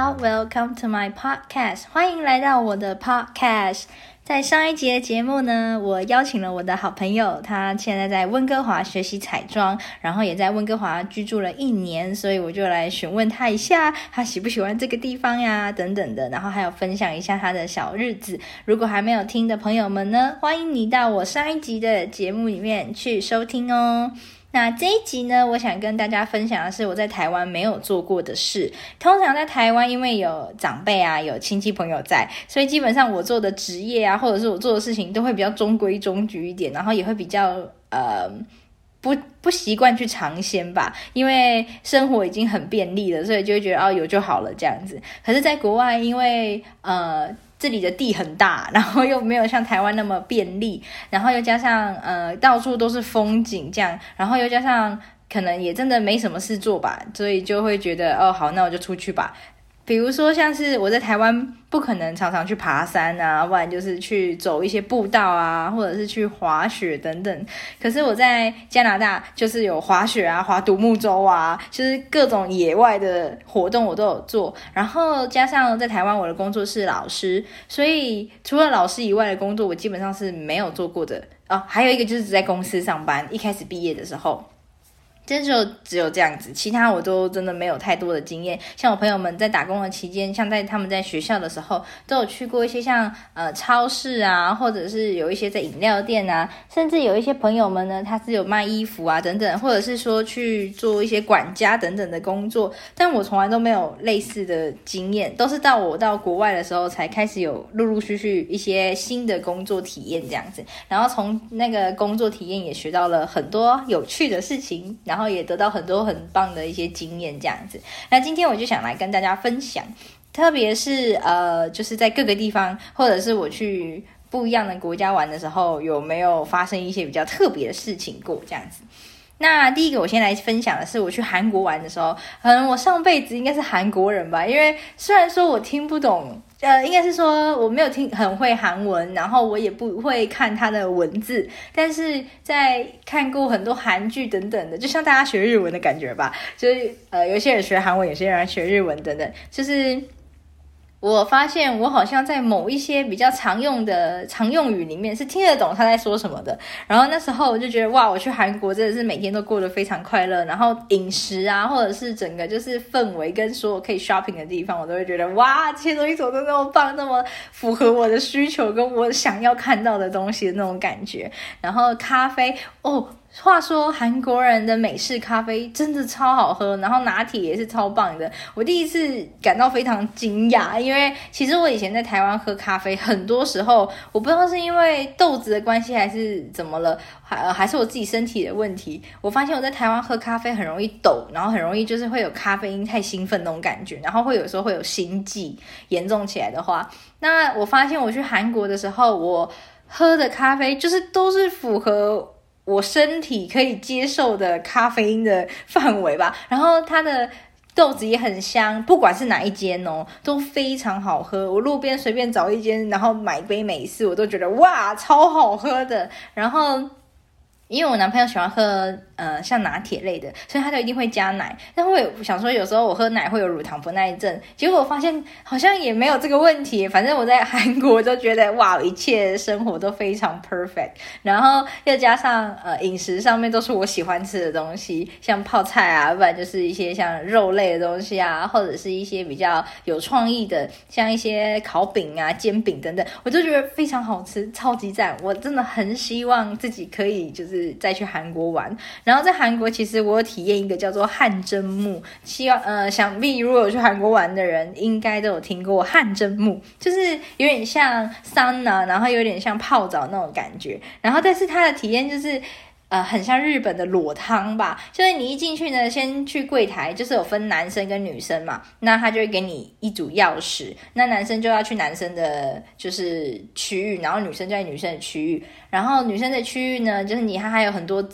好 ，Welcome to my podcast， 欢迎来到我的 podcast。在上一集的节目呢，我邀请了我的好朋友，他现在在温哥华学习彩妆，然后也在温哥华居住了1年，所以我就来询问他一下，他喜不喜欢这个地方呀，等等的，然后还有分享一下他的小日子。如果还没有听的朋友们呢，欢迎你到我上一集的节目里面去收听哦。那这一集呢，我想跟大家分享的是我在台湾没有做过的事。通常在台湾，因为有长辈啊，有亲戚朋友在，所以基本上我做的职业啊，或者是我做的事情都会比较中规中矩一点，然后也会比较不习惯去尝鲜吧，因为生活已经很便利了，所以就会觉得有就好了这样子。可是在国外，因为这里的地很大，然后又没有像台湾那么便利，然后又加上到处都是风景这样，然后又加上可能也真的没什么事做吧，所以就会觉得好，那我就出去吧。比如说像是我在台湾不可能常常去爬山啊，不然就是去走一些步道啊，或者是去滑雪等等。可是我在加拿大就是有滑雪啊，滑独木舟啊，就是各种野外的活动我都有做。然后加上在台湾我的工作是老师，所以除了老师以外的工作我基本上是没有做过的。还有一个就是在公司上班，一开始毕业的时候真就只有这样子，其他我都真的没有太多的经验。像我朋友们在打工的期间，像他们在学校的时候，都有去过一些像超市啊，或者是有一些在饮料店啊，甚至有一些朋友们呢，他是有卖衣服啊等等，或者是说去做一些管家等等的工作。但我从来都没有类似的经验，都是我到国外的时候才开始有陆陆续续一些新的工作体验这样子。然后从那个工作体验也学到了很多有趣的事情，然后也得到很多很棒的一些经验这样子。那今天我就想来跟大家分享，特别是就是在各个地方，或者是我去不一样的国家玩的时候，有没有发生一些比较特别的事情过这样子。那第一个我先来分享的是我去韩国玩的时候，可能我上辈子应该是韩国人吧，因为虽然说我听不懂应该是说我没有很会韩文，然后我也不会看它的文字，但是在看过很多韩剧等等的，就像大家学日文的感觉吧，就是有些人学韩文，有些人学日文等等，就是我发现我好像在某一些比较常用语里面是听得懂他在说什么的。然后那时候我就觉得哇，我去韩国真的是每天都过得非常快乐，然后饮食啊，或者是整个就是氛围跟所有可以 shopping 的地方，我都会觉得哇，这些东西怎么都那么棒，那么符合我的需求跟我想要看到的东西的那种感觉。然后咖啡话说韩国人的美式咖啡真的超好喝，然后拿铁也是超棒的。我第一次感到非常惊讶，因为其实我以前在台湾喝咖啡，很多时候我不知道是因为豆子的关系还是怎么了，还是我自己身体的问题。我发现我在台湾喝咖啡很容易抖，然后很容易就是会有咖啡因太兴奋那种感觉，然后有时候会有心悸，严重起来的话。那我发现我去韩国的时候，我喝的咖啡就是都是符合我身体可以接受的咖啡因的范围吧，然后它的豆子也很香，不管是哪一间都非常好喝。我路边随便找一间，然后买杯美式，我都觉得哇，超好喝的。然后因为我男朋友喜欢喝像拿铁类的，所以他就一定会加奶。但我想说有时候我喝奶会有乳糖不耐症，结果我发现好像也没有这个问题。反正我在韩国都觉得哇，一切生活都非常 perfect， 然后又加上饮食上面都是我喜欢吃的东西，像泡菜啊，不然就是一些像肉类的东西啊，或者是一些比较有创意的，像一些烤饼啊、煎饼等等，我就觉得非常好吃，超级赞。我真的很希望自己可以就是再去韩国玩。然后在韩国其实我有体验一个叫做汗蒸木，想必如果有去韩国玩的人应该都有听过汗蒸木，就是有点像桑拿，然后有点像泡澡那种感觉。然后但是它的体验就是很像日本的裸汤吧，就是你一进去呢，先去柜台，就是有分男生跟女生嘛，那他就会给你一组钥匙，那男生就要去男生的就是区域，然后女生就在女生的区域，然后女生的区域呢，就是他还有很多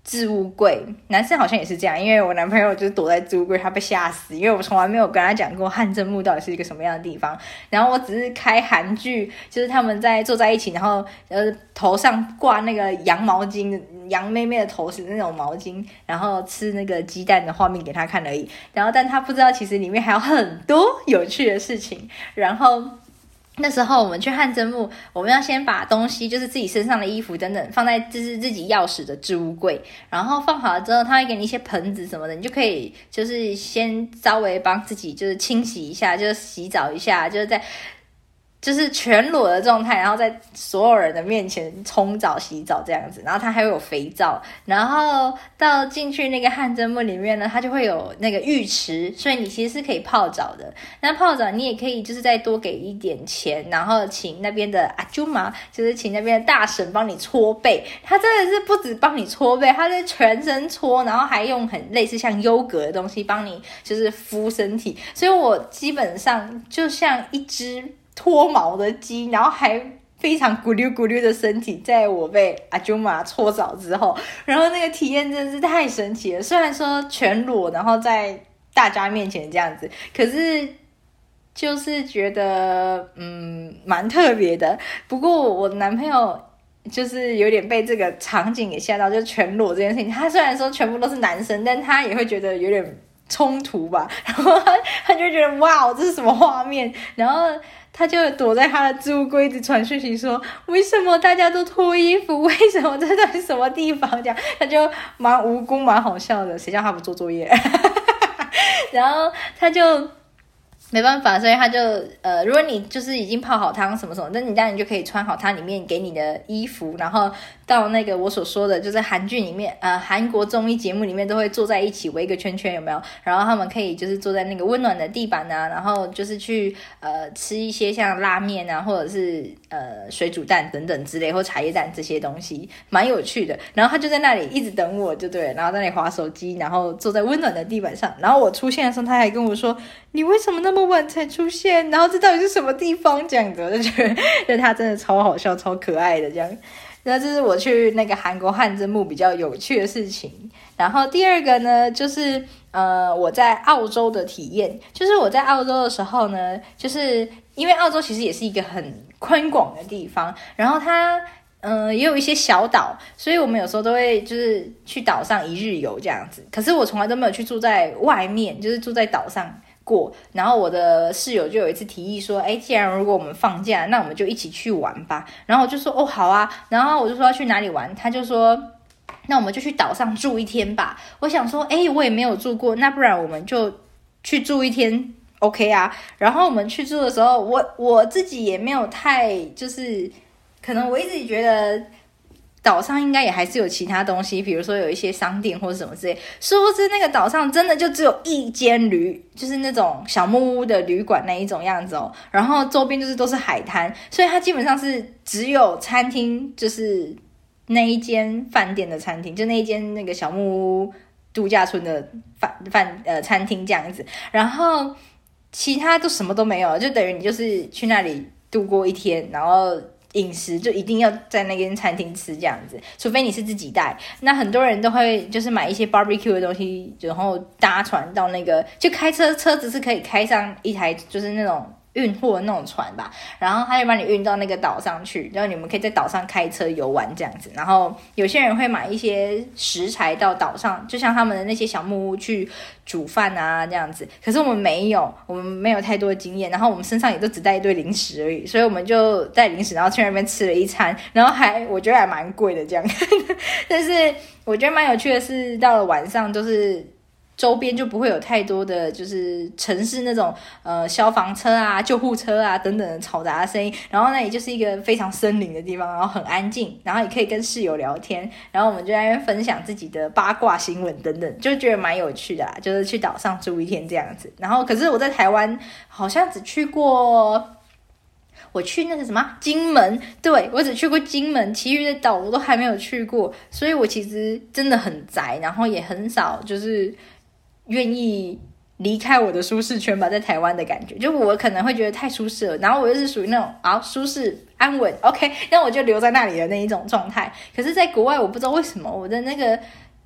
置物柜，男生好像也是这样，因为我男朋友就是躲在置物柜，他被吓死，因为我从来没有跟他讲过汗蒸幕到底是一个什么样的地方。然后我只是开韩剧，就是他们在坐在一起，然后头上挂那个羊毛巾，羊妹妹的头是那种毛巾，然后吃那个鸡蛋的画面给他看而已。然后但他不知道其实里面还有很多有趣的事情。然后那时候我们去汗蒸幕，我们要先把东西，就是自己身上的衣服等等，放在就是自己钥匙的置物柜，然后放好了之后，他会给你一些盆子什么的，你就可以就是先稍微帮自己就是清洗一下，就是洗澡一下，就是全裸的状态，然后在所有人的面前冲澡洗澡这样子，然后它还会有肥皂，然后到进去那个汗蒸幕里面呢，它就会有那个浴池，所以你其实是可以泡澡的。那泡澡你也可以就是再多给一点钱，然后请那边的阿舅妈，就是请那边的大婶帮你搓背，他真的是不止帮你搓背，他是全身搓，然后还用很类似像优格的东西帮你就是敷身体，所以我基本上就像一只脱毛的鸡，然后还非常咕溜咕溜的身体，在我被阿舅妈搓澡之后，然后那个体验真的是太神奇了。虽然说全裸，然后在大家面前这样子，可是就是觉得蛮特别的。不过我男朋友就是有点被这个场景给吓到，就全裸这件事情。他虽然说全部都是男生，但他也会觉得有点冲突吧。然后他就觉得哇，这是什么画面？然后他就躲在他的置物柜一直传讯息说，为什么大家都脱衣服？为什么这到底什么地方？这样他就蛮无辜蛮好笑的，谁叫他不做作业？然后他就没办法，所以他就如果你就是已经泡好汤什么什么，那你当然就可以穿好它里面给你的衣服，然后到那个我所说的就是韩剧里面韩国综艺节目里面都会坐在一起围一个圈圈，有没有？然后他们可以就是坐在那个温暖的地板啊，然后就是去吃一些像拉面啊，或者是水煮蛋等等之类，或茶叶蛋这些东西，蛮有趣的。然后他就在那里一直等我，就对了，然后在那里滑手机，然后坐在温暖的地板上。然后我出现的时候，他还跟我说，你为什么那么晚才出现？然后这到底是什么地方？这样子，我就觉得他真的超好笑、超可爱的这样。那这是我去那个韩国汗蒸幕比较有趣的事情。然后第二个呢，就是我在澳洲的体验。就是我在澳洲的时候呢，就是因为澳洲其实也是一个很宽广的地方，然后它也有一些小岛，所以我们有时候都会就是去岛上一日游这样子。可是我从来都没有去住在外面，就是住在岛上过。然后我的室友就有一次提议说，既然如果我们放假，那我们就一起去玩吧。然后我就说哦好啊，然后我就说要去哪里玩，他就说那我们就去岛上住一天吧。我想说我也没有住过，那不然我们就去住一天 OK 啊。然后我们去住的时候，我自己也没有太就是可能我一直觉得岛上应该也还是有其他东西，比如说有一些商店或者什么之类。殊不知那个岛上真的就只有一间就是那种小木屋的旅馆那一种样子哦。然后周边就是都是海滩，所以它基本上是只有餐厅，就是那一间饭店的餐厅，就那一间那个小木屋度假村的餐厅这样子。然后其他都什么都没有，就等于你就是去那里度过一天，然后饮食就一定要在那间餐厅吃这样子，除非你是自己带。那很多人都会就是买一些 barbecue 的东西，然后搭船到那个，就开车子是可以开上一台就是那种运货的那种船吧，然后他就把你运到那个岛上去，然后你们可以在岛上开车游玩这样子。然后有些人会买一些食材到岛上，就像他们的那些小木屋去煮饭啊这样子。可是我们没有太多的经验，然后我们身上也都只带一堆零食而已，所以我们就带零食，然后去那边吃了一餐，然后我觉得还蛮贵的这样。但是我觉得蛮有趣的是，到了晚上就是周边就不会有太多的就是城市那种消防车啊、救护车啊等等的嘈杂的声音，然后那里就是一个非常森林的地方，然后很安静，然后也可以跟室友聊天，然后我们就在那边分享自己的八卦新闻等等，就觉得蛮有趣的啦，就是去岛上住一天这样子。然后可是我在台湾好像只去过，我去那个什么金门，对，我只去过金门，其余的岛我都还没有去过，所以我其实真的很宅，然后也很少就是愿意离开我的舒适圈吧，在台湾的感觉，就我可能会觉得太舒适了，然后我又是属于那种舒适安稳 OK， 那我就留在那里的那一种状态。可是在国外我不知道为什么我的那个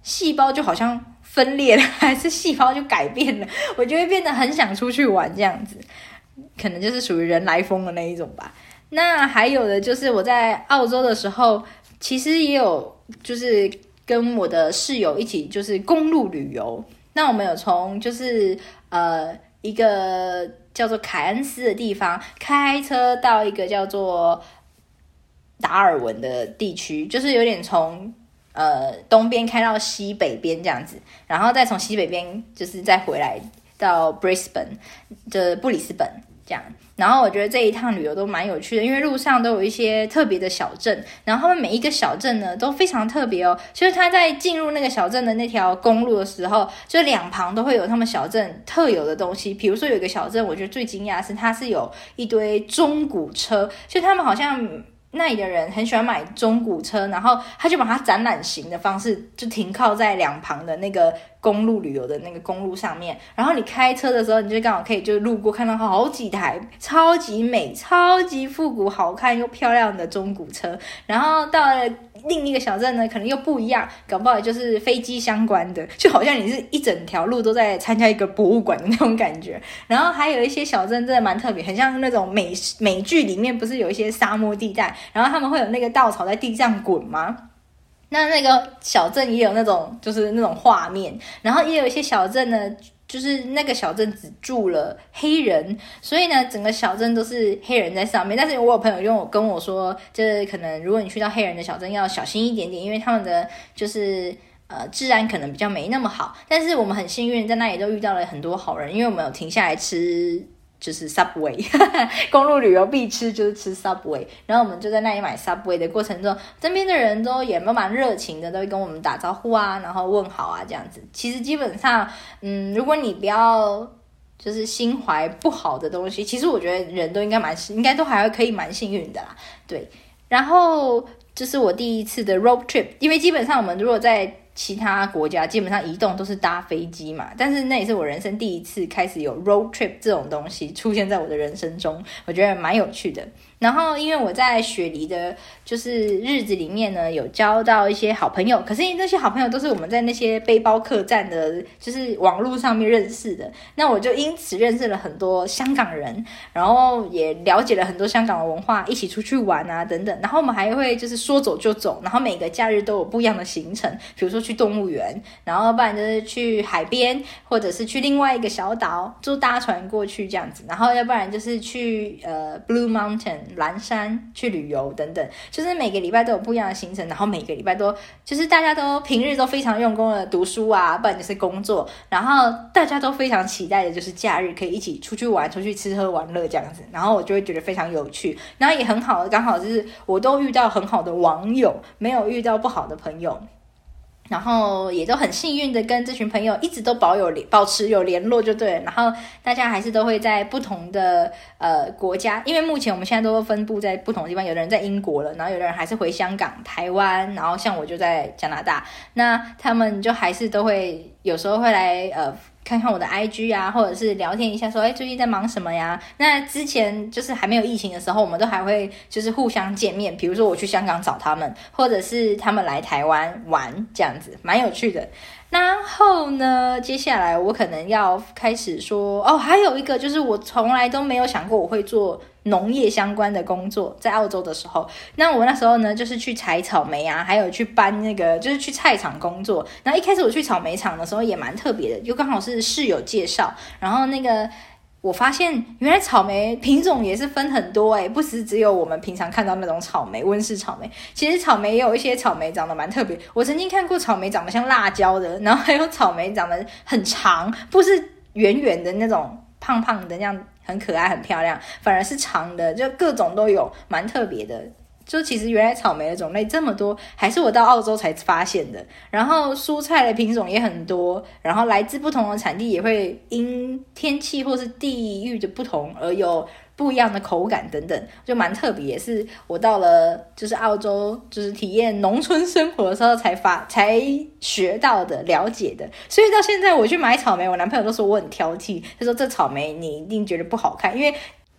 细胞就好像分裂了，还是细胞就改变了，我就会变得很想出去玩这样子，可能就是属于人来疯的那一种吧。那还有的就是我在澳洲的时候，其实也有就是跟我的室友一起就是公路旅游。那我们有从就是一个叫做凯恩斯的地方开车到一个叫做达尔文的地区，就是有点从东边开到西北边这样子，然后再从西北边就是再回来到 Brisbane 的布里斯本这样。然后我觉得这一趟旅游都蛮有趣的，因为路上都有一些特别的小镇，然后他们每一个小镇呢都非常特别哦。就是他在进入那个小镇的那条公路的时候，就两旁都会有他们小镇特有的东西。比如说有一个小镇，我觉得最惊讶的是它是有一堆中古车，就他们好像那里的人很喜欢买中古车，然后他就把它展览型的方式就停靠在两旁的那个公路旅游的那个公路上面，然后你开车的时候，你就刚好可以就路过看到好几台超级美、超级复古、好看又漂亮的中古车。然后到了另一个小镇呢，可能又不一样，搞不好就是飞机相关的，就好像你是一整条路都在参加一个博物馆的那种感觉。然后还有一些小镇真的蛮特别，很像那种美剧里面不是有一些沙漠地带，然后他们会有那个稻草在地上滚吗？那个小镇也有那种就是那种画面，然后也有一些小镇呢，就是那个小镇只住了黑人，所以呢整个小镇都是黑人在上面。但是我有朋友跟我说，就是可能如果你去到黑人的小镇要小心一点点，因为他们的就是治安可能比较没那么好。但是我们很幸运在那里都遇到了很多好人，因为我们有停下来吃就是 Subway 公路旅游必吃就是吃 Subway， 然后我们就在那里买 Subway 的过程中，这边的人都也蛮热情的，都会跟我们打招呼啊，然后问好啊这样子。其实基本上如果你不要就是心怀不好的东西，其实我觉得人都应该都还可以蛮幸运的啦。对，然后这是我第一次的 road trip， 因为基本上我们如果在其他国家基本上移动都是搭飞机嘛，但是那也是我人生第一次开始有 road trip 这种东西出现在我的人生中，我觉得蛮有趣的。然后因为我在雪梨的就是日子里面呢，有交到一些好朋友，可是那些好朋友都是我们在那些背包客栈的就是网络上面认识的，那我就因此认识了很多香港人，然后也了解了很多香港的文化，一起出去玩啊等等。然后我们还会就是说走就走，然后每个假日都有不一样的行程，比如说去动物园，然后不然就是去海边，或者是去另外一个小岛就搭船过去这样子，然后要不然就是去Blue Mountain 蓝山去旅游等等，就是每个礼拜都有不一样的行程，然后每个礼拜都就是大家都平日都非常用功的读书啊，不然就是工作，然后大家都非常期待的就是假日可以一起出去玩，出去吃喝玩乐这样子，然后我就会觉得非常有趣，然后也很好，刚好就是我都遇到很好的网友，没有遇到不好的朋友。然后也都很幸运的跟这群朋友一直都保持有联络就对了，然后大家还是都会在不同的国家，因为目前我们现在都分布在不同的地方，有的人在英国了，然后有的人还是回香港、台湾，然后像我就在加拿大，那他们就还是都会有时候会来看看我的 IG 啊，或者是聊天一下说最近在忙什么呀。那之前就是还没有疫情的时候，我们都还会就是互相见面，比如说我去香港找他们，或者是他们来台湾玩这样子，蛮有趣的。然后呢，接下来我可能要开始说还有一个就是我从来都没有想过我会做农业相关的工作，在澳洲的时候，那我那时候呢就是去采草莓啊，还有去搬那个就是去菜场工作。然后一开始我去草莓场的时候也蛮特别的，就刚好是室友介绍，然后那个我发现原来草莓品种也是分很多不是只有我们平常看到那种草莓温室草莓，其实草莓也有一些草莓长得蛮特别，我曾经看过草莓长得像辣椒的，然后还有草莓长得很长，不是圆圆的那种胖胖的那样很可爱很漂亮，反而是长的，就各种都有，蛮特别的。就其实原来草莓的种类这么多，还是我到澳洲才发现的。然后蔬菜的品种也很多，然后来自不同的产地，也会因天气或是地域的不同而有不一样的口感等等，就蛮特别。也是我到了就是澳洲就是体验农村生活的时候才学到的了解的。所以到现在我去买草莓，我男朋友都说我很挑剔，他说这草莓你一定觉得不好看，因为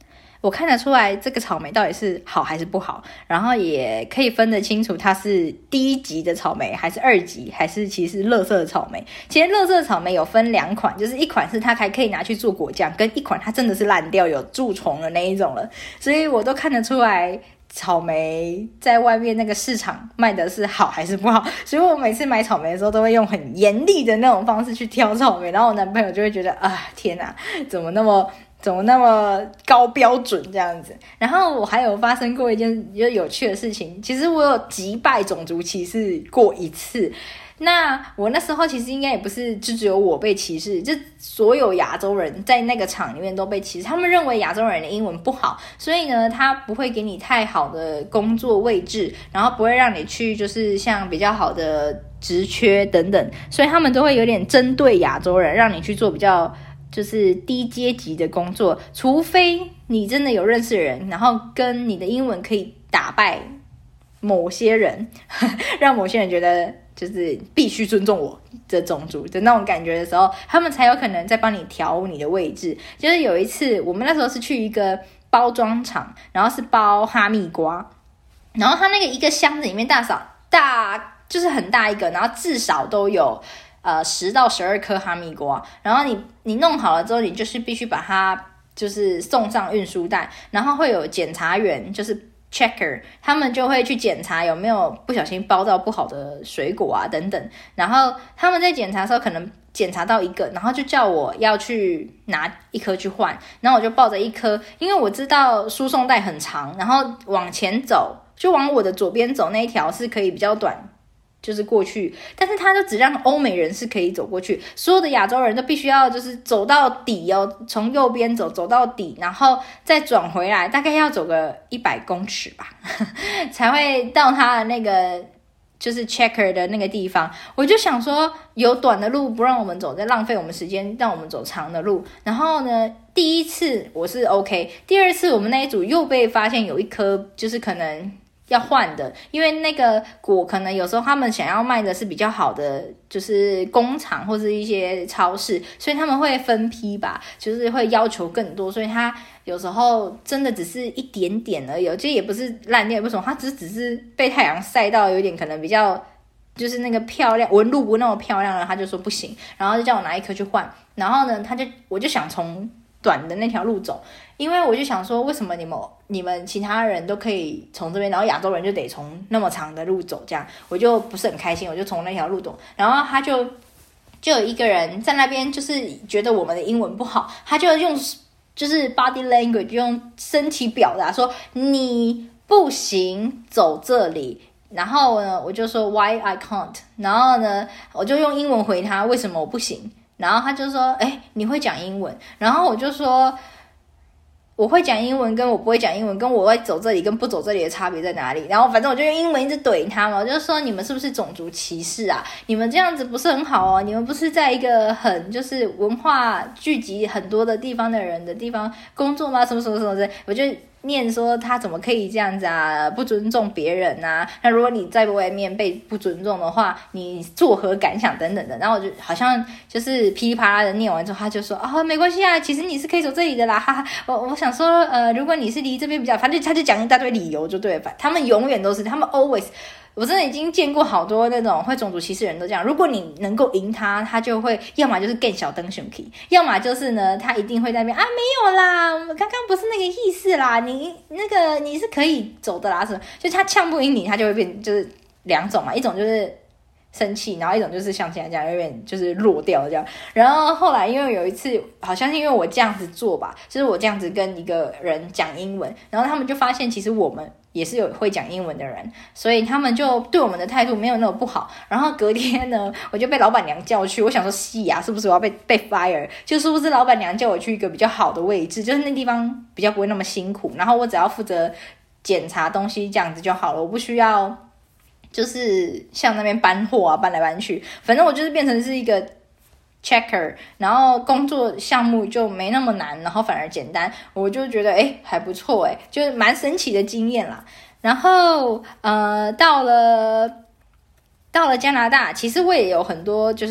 我看得出来这个草莓到底是好还是不好，然后也可以分得清楚它是第一级的草莓还是二级，还是其实是垃圾的草莓。其实垃圾的草莓有分2款，就是一款是它还可以拿去做果酱，跟一款它真的是烂掉有蛀虫的那一种了，所以我都看得出来草莓在外面那个市场卖的是好还是不好，所以我每次买草莓的时候都会用很严厉的那种方式去挑草莓，然后我男朋友就会觉得天哪，怎么那么高标准这样子。然后我还有发生过一件有趣的事情，其实我有击败种族歧视过一次。那我那时候其实应该也不是就只有我被歧视，就所有亚洲人在那个场里面都被歧视。他们认为亚洲人的英文不好，所以呢他不会给你太好的工作位置，然后不会让你去就是像比较好的职缺等等，所以他们都会有点针对亚洲人，让你去做比较就是低阶级的工作，除非你真的有认识人，然后跟你的英文可以打败某些人让某些人觉得就是必须尊重我的种族的那种感觉的时候，他们才有可能再帮你调你的位置。就是有一次我们那时候是去一个包装厂，然后是包哈密瓜，然后它那个一个箱子里面就是很大一个，然后至少都有10到12颗哈密瓜，然后你弄好了之后，你就是必须把它就是送上运输带，然后会有检查员就是checker， 他们就会去检查有没有不小心包到不好的水果啊等等，然后他们在检查的时候可能检查到一个，然后就叫我要去拿一颗去换，然后我就抱着一颗，因为我知道输送带很长，然后往前走就往我的左边走那一条是可以比较短就是过去，但是他就只让欧美人是可以走过去，所有的亚洲人都必须要就是走到底哦，从右边走到底，然后再转回来，大概要走个100公尺吧才会到他的那个就是 checker 的那个地方。我就想说有短的路不让我们走，再浪费我们时间让我们走长的路。然后呢第一次我是 OK， 第二次我们那一组又被发现有一颗就是可能要换的，因为那个果可能有时候他们想要卖的是比较好的就是工厂或是一些超市，所以他们会分批吧，就是会要求更多，所以他有时候真的只是一点点而已，其实也不是烂掉，为什么他只是被太阳晒到有点可能比较就是那个漂亮纹路不那么漂亮了，他就说不行，然后就叫我拿一颗去换。然后呢我就想从短的那条路走，因为我就想说为什么你们其他人都可以从这边，然后亚洲人就得从那么长的路走，这样我就不是很开心，我就从那条路走。然后他就有一个人在那边就是觉得我们的英文不好，他就用就是 body language 用身体表达说你不行走这里，然后呢我就说 why I can't， 然后呢我就用英文回他为什么我不行，然后他就说你会讲英文，然后我就说我会讲英文跟我不会讲英文跟我会走这里跟不走这里的差别在哪里，然后反正我就用英文一直怼他嘛，我就说你们是不是种族歧视啊，你们这样子不是很好哦，你们不是在一个很就是文化聚集很多的地方的人的地方工作吗，什么什么什么的，我就念说他怎么可以这样子啊，不尊重别人啊，那如果你在外面被不尊重的话你作何感想等等的，然后我就好像就是噼里啪啦的念完之后，他就说没关系啊，其实你是可以走这里的啦，哈哈，我想说如果你是离这边比较，反正他就讲一大堆理由就对了，他们永远都是，他们 always，我真的已经见过好多那种会种族歧视的人都这样，如果你能够赢他，他就会要么就是更小灯熊 key， 要么就是呢他一定会在那边没有啦，我刚刚不是那个意思啦，你是可以走的啦，什么就他呛不赢你，他就会变就是2种嘛，一种就是生气，然后一种就是像现在这样有点就是落掉这样。然后后来因为有一次好像是因为我这样子做吧，就是我这样子跟一个人讲英文，然后他们就发现其实我们也是有会讲英文的人，所以他们就对我们的态度没有那么不好。然后隔天呢我就被老板娘叫去，我想说是啊，是不是我要被 fire， 就是不是老板娘叫我去一个比较好的位置，就是那地方比较不会那么辛苦，然后我只要负责检查东西这样子就好了，我不需要就是像那边搬货啊搬来搬去，反正我就是变成是一个 checker， 然后工作项目就没那么难，然后反而简单，我就觉得还不错就是蛮神奇的经验啦。然后到了加拿大，其实我也有很多就是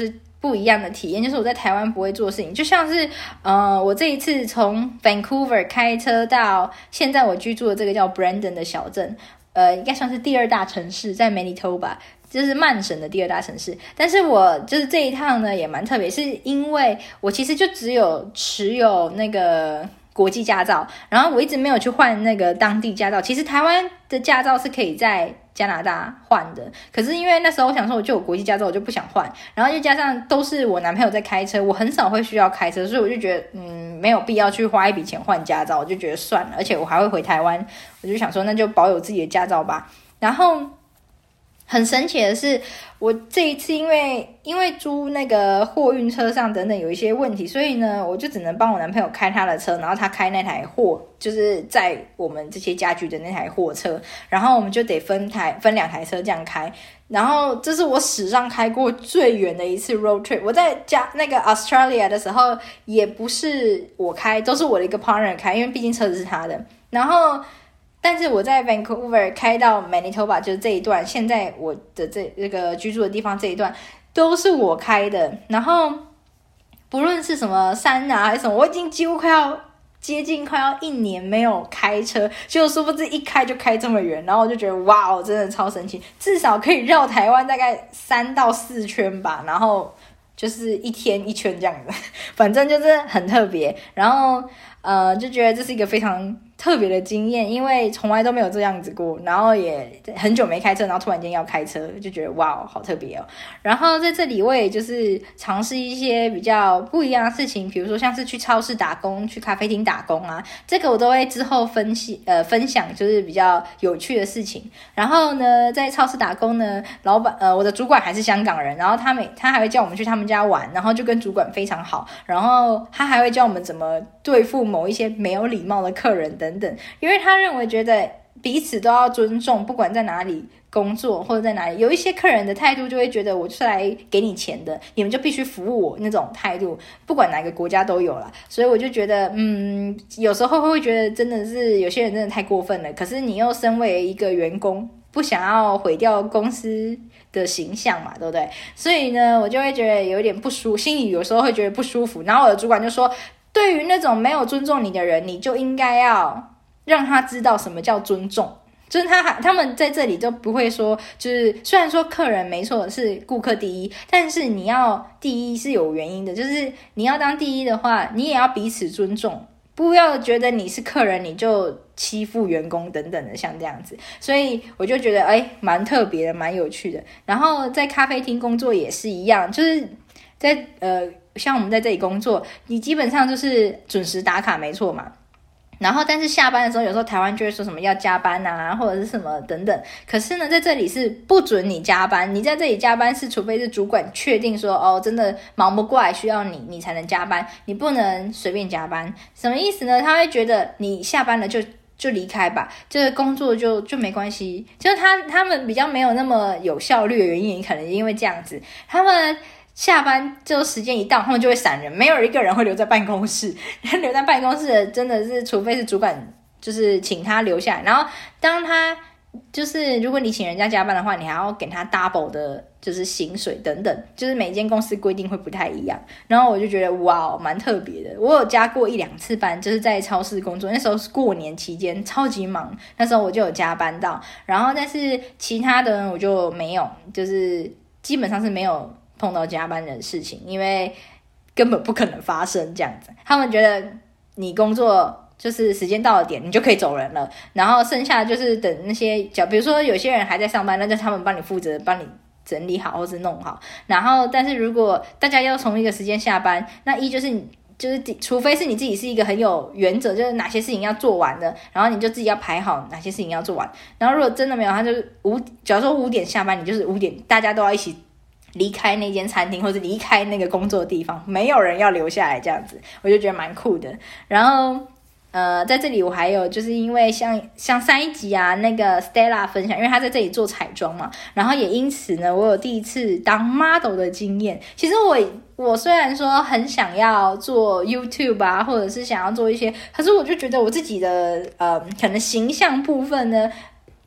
不一样的体验，就是我在台湾不会做的事情，就像是我这一次从 Vancouver 开车到现在我居住的这个叫 Brandon 的小镇，应该算是第2大城市，在 Manitoba， 就是曼省的第2大城市。但是我就是这一趟呢也蛮特别，是因为我其实就只有持有那个国际驾照，然后我一直没有去换那个当地驾照。其实台湾的驾照是可以在加拿大换的，可是因为那时候我想说我就有国际驾照，我就不想换，然后又加上都是我男朋友在开车，我很少会需要开车，所以我就觉得没有必要去花一笔钱换驾照，我就觉得算了，而且我还会回台湾，我就想说那就保有自己的驾照吧。然后很神奇的是，我这一次因为租那个货运车上等等有一些问题，所以呢我就只能帮我男朋友开他的车，然后他开那台货，就是载我们这些家具的那台货车，然后我们就得分2台车这样开。然后这是我史上开过最远的一次 road trip。我在那个 Australia 的时候也不是我开，都是我的一个 partner 开，因为毕竟车子是他的。然后但是我在 Vancouver 开到 Manitoba 就是这一段，现在我的这个居住的地方这一段都是我开的。然后不论是什么山啊还是什么，我已经几乎接近快要1年没有开车，结果殊不知一开就开这么远，然后我就觉得哇，真的超神奇，至少可以绕台湾大概3到4圈吧，然后就是1天1圈这样子，反正就是很特别。然后就觉得这是一个非常特别的经验，因为从来都没有这样子过，然后也很久没开车，然后突然间要开车，就觉得哇，好特别哦。然后在这里我也就是尝试一些比较不一样的事情，比如说像是去超市打工，去咖啡厅打工啊，这个我都会之后分享，就是比较有趣的事情。然后呢，在超市打工呢，老板我的主管还是香港人，然后他还会叫我们去他们家玩，然后就跟主管非常好，然后他还会教我们怎么对付某一些没有礼貌的客人等等，因为他觉得彼此都要尊重，不管在哪里工作或者在哪里，有一些客人的态度就会觉得我就是来给你钱的，你们就必须服务我，那种态度不管哪个国家都有啦。所以我就觉得有时候会觉得真的是有些人真的太过分了，可是你又身为一个员工，不想要毁掉公司的形象嘛，对不对？所以呢我就会觉得有点不舒服，心里有时候会觉得不舒服。然后我的主管就说，对于那种没有尊重你的人，你就应该要让他知道什么叫尊重。就是他们在这里都不会说，就是虽然说客人没错是顾客第一，但是你要第一是有原因的，就是你要当第一的话，你也要彼此尊重，不要觉得你是客人你就欺负员工等等的，像这样子。所以我就觉得蛮特别的，蛮有趣的。然后在咖啡厅工作也是一样，就是在像我们在这里工作，你基本上就是准时打卡没错嘛，然后但是下班的时候有时候台湾就会说什么要加班啊或者是什么等等，可是呢在这里是不准你加班，你在这里加班是除非是主管确定说真的忙不过来需要你才能加班，你不能随便加班。什么意思呢？他会觉得你下班了就离开吧，这个工作就没关系。就是他们比较没有那么有效率的原因，可能因为这样子，他们下班就时间一到，他们就会闪人，没有一个人会留在办公室。留在办公室的真的是，除非是主管就是请他留下来，然后当他就是如果你请人家加班的话，你还要给他 double 的就是薪水等等，就是每间公司规定会不太一样。然后我就觉得哇，蛮特别的。我有加过1-2次班，就是在超市工作，那时候是过年期间超级忙，那时候我就有加班到，然后但是其他的呢我就没有，就是基本上是没有碰到加班的事情，因为根本不可能发生这样子。他们觉得你工作就是时间到了点你就可以走人了，然后剩下就是等那些比如说有些人还在上班，那就他们帮你负责帮你整理好或是弄好。然后但是如果大家要同一个时间下班，那就是除非是你自己是一个很有原则，就是哪些事情要做完的，然后你就自己要排好哪些事情要做完。然后如果真的没有，他就是假如说5点下班，你就是5点大家都要一起离开那间餐厅或者离开那个工作的地方，没有人要留下来这样子，我就觉得蛮酷的。然后在这里我还有就是因为像上一集啊那个 Stella 分享，因为她在这里做彩妆嘛，然后也因此呢我有第一次当 model 的经验。其实我虽然说很想要做 YouTube 啊，或者是想要做一些，可是我就觉得我自己的可能形象部分呢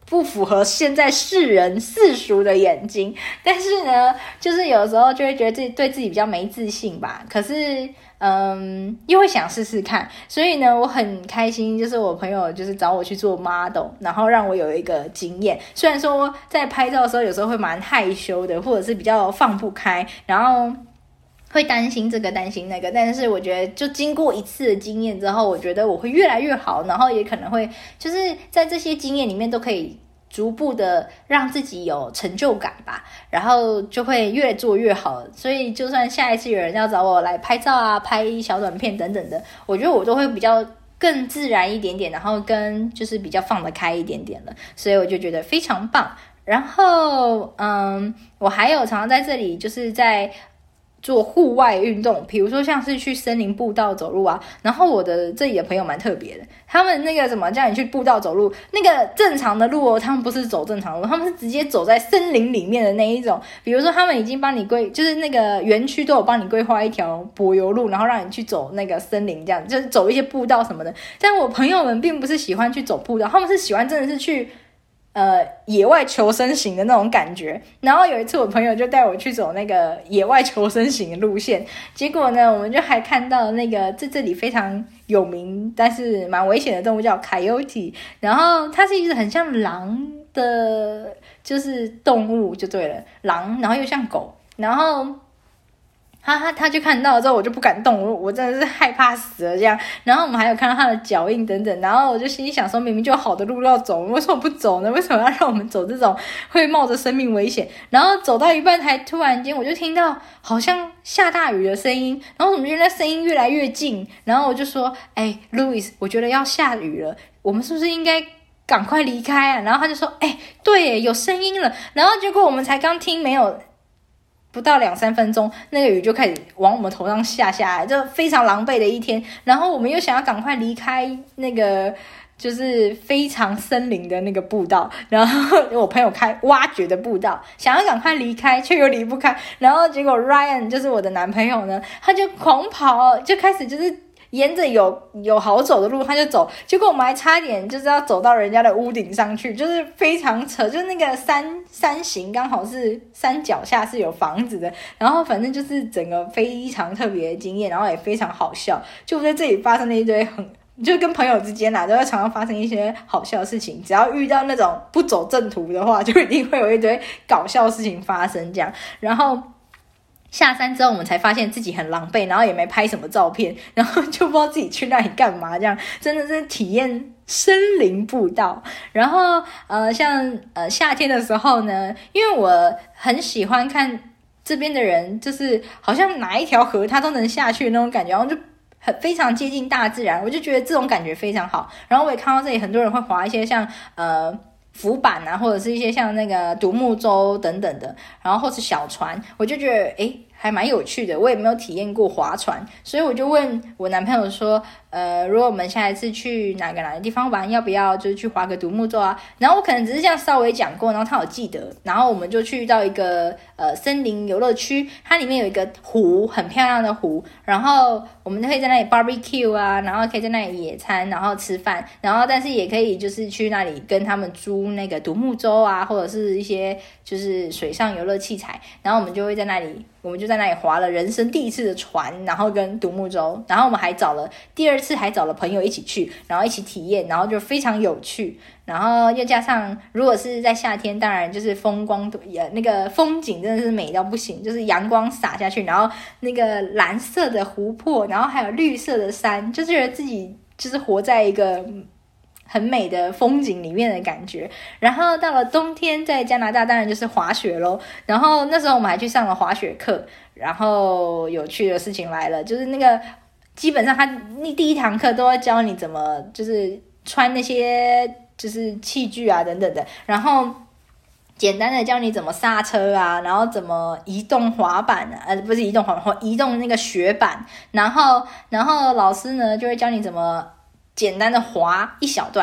不符合现在世人世俗的眼睛，但是呢，就是有时候就会觉得自己对自己比较没自信吧。可是，又会想试试看，所以呢，我很开心，就是我朋友就是找我去做 model， 然后让我有一个经验。虽然说在拍照的时候有时候会蛮害羞的，或者是比较放不开，然后会担心这个担心那个，但是我觉得就经过一次的经验之后，我觉得我会越来越好，然后也可能会就是在这些经验里面都可以逐步的让自己有成就感吧，然后就会越做越好。所以就算下一次有人要找我来拍照啊、拍小短片等等的，我觉得我都会比较更自然一点点，然后跟就是比较放得开一点点了，所以我就觉得非常棒。然后我还有常常在这里就是在做户外运动，比如说像是去森林步道走路啊。然后我的这里的朋友蛮特别的，他们那个什么叫你去步道走路，那个正常的路他们不是走正常的路，他们是直接走在森林里面的那一种。比如说他们已经帮你就是那个园区都有帮你规划一条柏油路，然后让你去走那个森林，这样就是走一些步道什么的。但我朋友们并不是喜欢去走步道，他们是喜欢真的是去野外求生型的那种感觉。然后有一次我朋友就带我去走那个野外求生型的路线，结果呢我们就还看到那个在这里非常有名但是蛮危险的动物叫 Coyote， 然后它是一只很像狼的就是动物就对了，狼然后又像狗，然后他就看到了之后我就不敢动，我真的是害怕死了这样。然后我们还有看到他的脚印等等，然后我就心里想说明明就有好的路要走，为什么不走呢？为什么要让我们走这种会冒着生命危险？然后走到一半还突然间我就听到好像下大雨的声音，然后我们觉得那声音越来越近，然后我就说Louis 我觉得要下雨了，我们是不是应该赶快离开啊？然后他就说对耶，有声音了。然后结果我们才刚听没有不到2-3分钟，那个雨就开始往我们头上下来，就非常狼狈的一天。然后我们又想要赶快离开那个就是非常森林的那个步道，然后我朋友开挖掘的步道，想要赶快离开却又离不开。然后结果 Ryan 就是我的男朋友呢，他就狂跑，就开始就是沿着有好走的路他就走，结果我们还差点就是要走到人家的屋顶上去，就是非常扯，就是那个山形刚好是山脚下是有房子的，然后反正就是整个非常特别的经验，然后也非常好笑，就在这里发生了一堆就跟朋友之间都会常常发生一些好笑的事情，只要遇到那种不走正途的话，就一定会有一堆搞笑的事情发生这样。然后下山之后我们才发现自己很狼狈，然后也没拍什么照片，然后就不知道自己去那里干嘛，这样真的是体验森林步道。然后像夏天的时候呢，因为我很喜欢看这边的人就是好像哪一条河他都能下去的那种感觉，然后就非常接近大自然，我就觉得这种感觉非常好。然后我也看到这里很多人会滑一些像浮板啊，或者是一些像那个独木舟等等的，然后或是小船，我就觉得还蛮有趣的。我也没有体验过划船，所以我就问我男朋友说如果我们下一次去哪个地方玩，要不要就是去划个独木舟啊？然后我可能只是这样稍微讲过，然后他有记得，然后我们就去到一个森林游乐区，它里面有一个湖，很漂亮的湖，然后我们可以在那里 barbecue 啊，然后可以在那里野餐，然后吃饭，然后但是也可以就是去那里跟他们租那个独木舟啊，或者是一些就是水上游乐器材，然后我们就在那里划了人生第一次的船，然后跟独木舟，然后我们还第二次还找了朋友一起去，然后一起体验，然后就非常有趣。然后又加上如果是在夏天，当然就是那个风景真的是美到不行，就是阳光洒下去，然后那个蓝色的湖泊，然后还有绿色的山，就觉得自己就是活在一个很美的风景里面的感觉。然后到了冬天在加拿大当然就是滑雪咯，然后那时候我们还去上了滑雪课。然后有趣的事情来了，就是那个基本上他第一堂课都会教你怎么就是穿那些就是器具啊等等的，然后简单的教你怎么刹车啊，然后怎么移动滑板啊，不是移动滑板，移动那个雪板，然后老师呢就会教你怎么简单的滑一小段。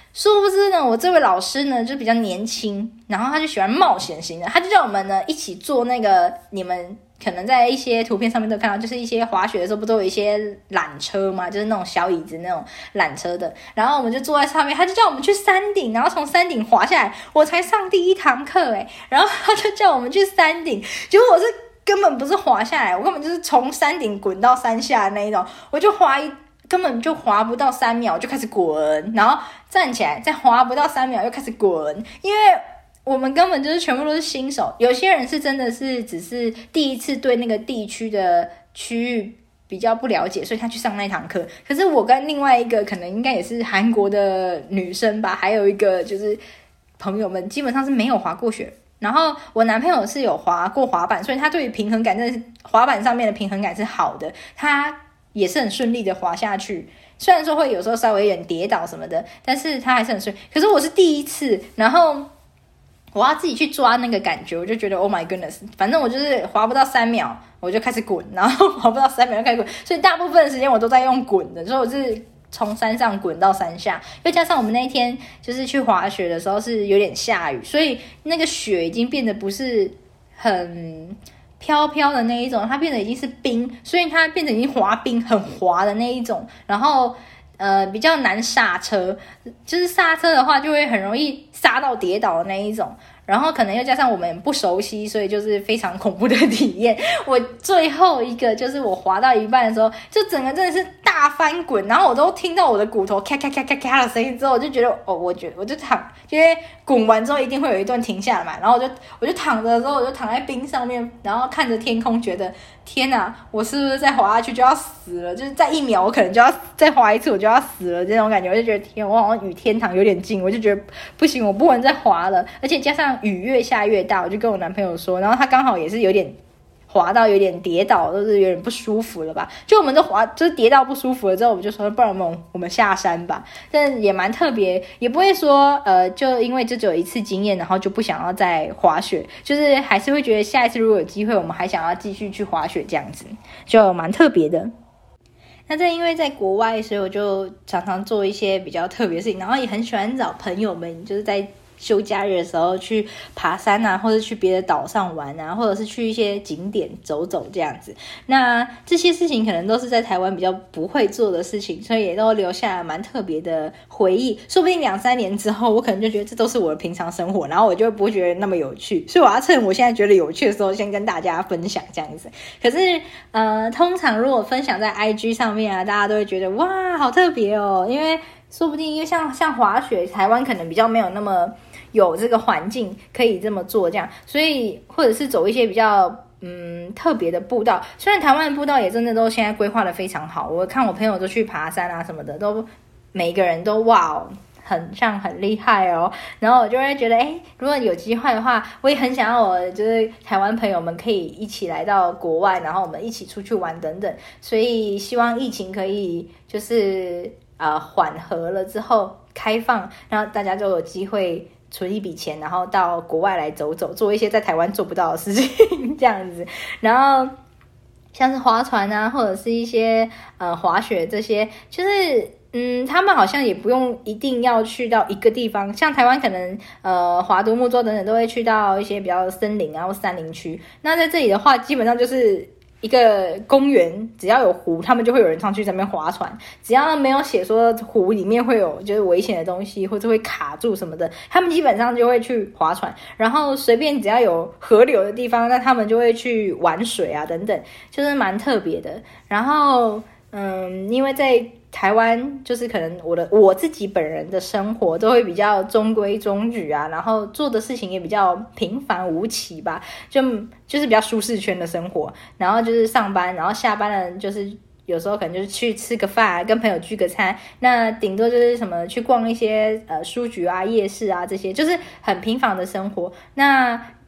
殊不知呢，我这位老师呢就比较年轻，然后他就喜欢冒险型的，他就叫我们呢一起做那个你们可能在一些图片上面都看到，就是一些滑雪的时候不都有一些缆车嘛，就是那种小椅子那种缆车的，然后我们就坐在上面，他就叫我们去山顶，然后从山顶滑下来，我才上第一堂课然后他就叫我们去山顶，结果我是根本不是滑下来，我根本就是从山顶滚到山下的那一种，我就根本就滑不到3秒就开始滚，然后站起来再滑不到3秒又开始滚，因为我们根本就是全部都是新手，有些人是真的是只是第一次对那个地区的区域比较不了解，所以他去上那堂课。可是我跟另外一个可能应该也是韩国的女生吧，还有一个就是朋友们基本上是没有滑过雪，然后我男朋友是有滑过滑板，所以他对于平衡感真的是滑板上面的平衡感是好的，他也是很顺利的滑下去，虽然说会有时候稍微有点跌倒什么的，但是他还是很顺。可是我是第一次，然后我要自己去抓那个感觉，我就觉得 Oh my goodness， 反正我就是滑不到3秒我就开始滚，然后滑不到3秒就开始滚，所以大部分的时间我都在用滚的，所以我是从山上滚到山下，又加上我们那一天就是去滑雪的时候是有点下雨，所以那个雪已经变得不是很飘飘的那一种，它变得已经是冰，所以它变得已经滑冰很滑的那一种，然后比较难刹车，就是刹车的话就会很容易刹到跌倒的那一种，然后可能又加上我们不熟悉，所以就是非常恐怖的体验。我最后一个就是我滑到一半的时候，就整个真的是大翻滚，然后我都听到我的骨头咔咔咔咔咔的声音之后，我就觉得我就躺，因为滚完之后一定会有一段停下来嘛，然后我就躺着的时候，我就躺在冰上面，然后看着天空，觉得天哪，我是不是再滑下去就要死了？就是再1秒我可能就要再滑一次，我就要死了这种感觉，我就觉得天，我好像与天堂有点近，我就觉得不行，我不能再滑了，而且加上雨越下越大，我就跟我男朋友说，然后他刚好也是有点滑到有点跌倒，都是有点不舒服了吧，就我们都滑就是跌到不舒服了之后，我们就说不然我们下山吧，但也蛮特别，也不会说就因为这只有一次经验然后就不想要再滑雪，就是还是会觉得下一次如果有机会我们还想要继续去滑雪这样子，就蛮特别的。那正因为在国外，所以我就常常做一些比较特别的事情，然后也很喜欢找朋友们就是在休假日的时候去爬山啊，或者去别的岛上玩啊，或者是去一些景点走走这样子。那这些事情可能都是在台湾比较不会做的事情，所以也都留下蛮特别的回忆。说不定2-3年之后，我可能就觉得这都是我的平常生活，然后我就不会觉得那么有趣。所以我要趁我现在觉得有趣的时候，先跟大家分享这样子。可是通常如果分享在 IG 上面啊，大家都会觉得哇，好特别哦，因为说不定因为像滑雪，台湾可能比较没有那么有这个环境可以这么做这样，所以或者是走一些比较特别的步道，虽然台湾的步道也真的都现在规划的非常好，我看我朋友都去爬山啊什么的，都每一个人都哇很厉害哦，然后我就会觉得如果有机会的话，我也很想要我就是台湾朋友们可以一起来到国外，然后我们一起出去玩等等，所以希望疫情可以就是缓和了之后开放，然后大家就有机会存一笔钱，然后到国外来走走，做一些在台湾做不到的事情这样子。然后像是划船啊，或者是一些滑雪这些，就是他们好像也不用一定要去到一个地方，像台湾可能划独木舟等等都会去到一些比较森林啊或山林区，那在这里的话基本上就是一个公园，只要有湖他们就会有人上去在那边划船，只要没有写说湖里面会有就是危险的东西或者会卡住什么的，他们基本上就会去划船，然后随便只要有河流的地方，那他们就会去玩水啊等等，就是蛮特别的。然后因为在台湾就是可能我自己本人的生活都会比较中规中矩啊，然后做的事情也比较平凡无奇吧，就是比较舒适圈的生活，然后就是上班，然后下班了就是有时候可能就是去吃个饭，跟朋友聚个餐，那顶多就是什么去逛一些书局啊夜市啊，这些就是很平凡的生活。那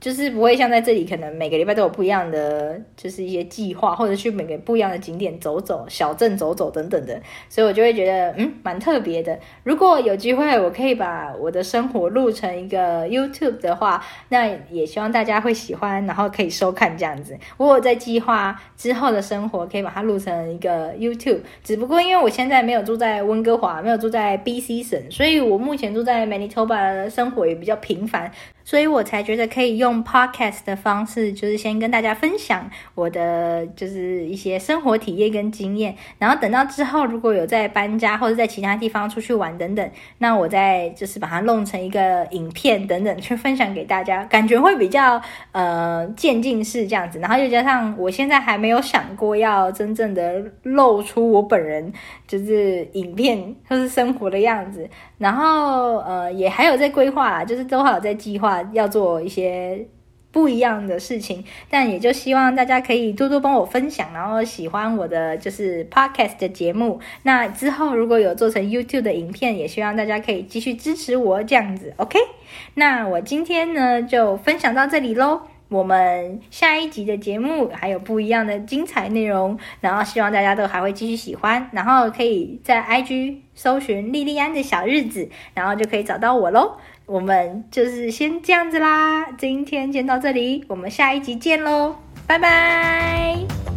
就是不会像在这里可能每个礼拜都有不一样的就是一些计划，或者去每个不一样的景点走走，小镇走走等等的，所以我就会觉得蛮特别的。如果有机会我可以把我的生活录成一个 YouTube 的话，那也希望大家会喜欢，然后可以收看这样子。我有在计划之后的生活可以把它录成一个 YouTube， 只不过因为我现在没有住在温哥华，没有住在 BC 省，所以我目前住在 Manitoba 的生活也比较频繁，所以我才觉得可以用 podcast 的方式，就是先跟大家分享我的就是一些生活体验跟经验，然后等到之后如果有在搬家或者在其他地方出去玩等等，那我再就是把它弄成一个影片等等去分享给大家，感觉会比较渐进式这样子。然后又加上我现在还没有想过要真正的露出我本人就是影片或是生活的样子，然后也还有在规划啦，就是都还有在计划要做一些不一样的事情，但也就希望大家可以多多帮我分享，然后喜欢我的就是 podcast 的节目。那之后如果有做成 YouTube 的影片，也希望大家可以继续支持我这样子 OK。 那我今天呢就分享到这里咯，我们下一集的节目还有不一样的精彩内容，然后希望大家都还会继续喜欢，然后可以在 IG 搜寻莉莉安的小日子，然后就可以找到我咯。我们就是先这样子啦，今天先到这里，我们下一集见咯，拜拜。